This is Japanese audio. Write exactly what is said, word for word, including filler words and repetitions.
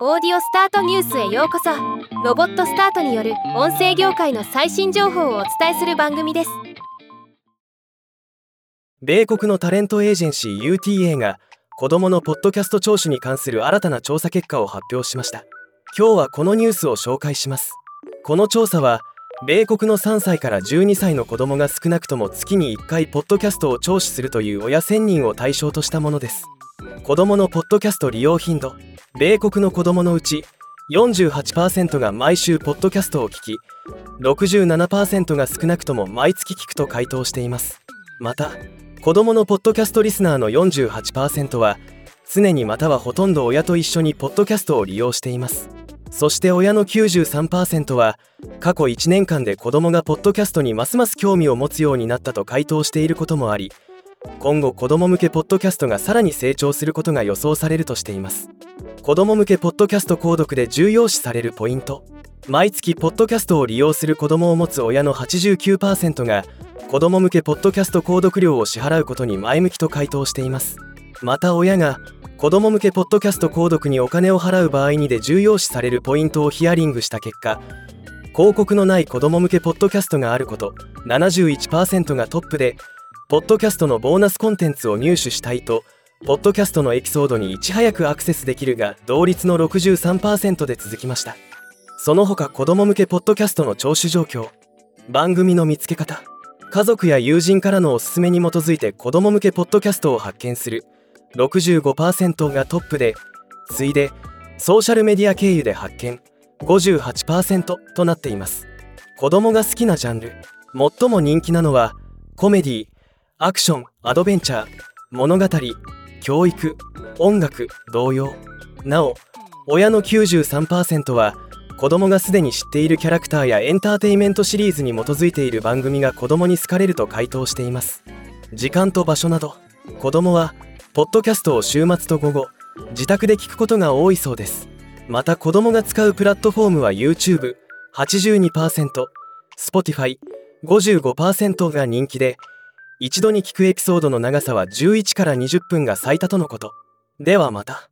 オーディオスタートニュースへようこそ。ロボットスタートによる音声業界の最新情報をお伝えする番組です。 米国のタレントエージェンシー ユーティーエー が子どものポッドキャスト聴取に関する新たな調査結果を発表しました。今日はこのニュースを紹介します。この調査は米国のさんさいからじゅうにさいの子どもが少なくとも月にいっかいポッドキャストを聴取するという親せんにんを対象としたものです。子どものポッドキャスト利用頻度、米国の子どものうち よんじゅうはちパーセント が毎週ポッドキャストを聞き、ろくじゅうななパーセント が少なくとも毎月聞くと回答しています。また子どものポッドキャストリスナーの よんじゅうはちパーセント は常にまたはほとんど親と一緒にポッドキャストを利用しています。そして親の きゅうじゅうさんパーセント は過去いちねんかんで子どもがポッドキャストにますます興味を持つようになったと回答していることもあり、今後子ども向けポッドキャストがさらに成長することが予想されるとしています。子ども向けポッドキャスト購読で重要視されるポイント、毎月ポッドキャストを利用する子どもを持つ親の はちじゅうきゅうパーセント が子ども向けポッドキャスト購読料を支払うことに前向きと回答しています。また親が子ども向けポッドキャスト購読にお金を払う場合にで重要視されるポイントをヒアリングした結果、広告のない子ども向けポッドキャストがあること ななじゅういちパーセント がトップで、ポッドキャストのボーナスコンテンツを入手したいとポッドキャストのエピソードにいち早くアクセスできるが同率の ろくじゅうさんパーセント で続きました。その他子ども向けポッドキャストの聴取状況、番組の見つけ方、家族や友人からのおすすめに基づいて子ども向けポッドキャストを発見する ろくじゅうごパーセント がトップで、次いでソーシャルメディア経由で発見 ごじゅうはちパーセント となっています。子どもが好きなジャンル、最も人気なのはコメディ、アクション、アドベンチャー、物語、教育、音楽、童謡。なお親の きゅうじゅうさんパーセント は子供がすでに知っているキャラクターやエンターテイメントシリーズに基づいている番組が子供に好かれると回答しています。時間と場所など、子供はポッドキャストを週末と午後、自宅で聞くことが多いそうです。また子供が使うプラットフォームは YouTube はちじゅうにパーセント、Spotify ごじゅうごパーセント が人気で、一度に聞くエピソードの長さはじゅういちからにじゅっぷんが最多とのこと。ではまた。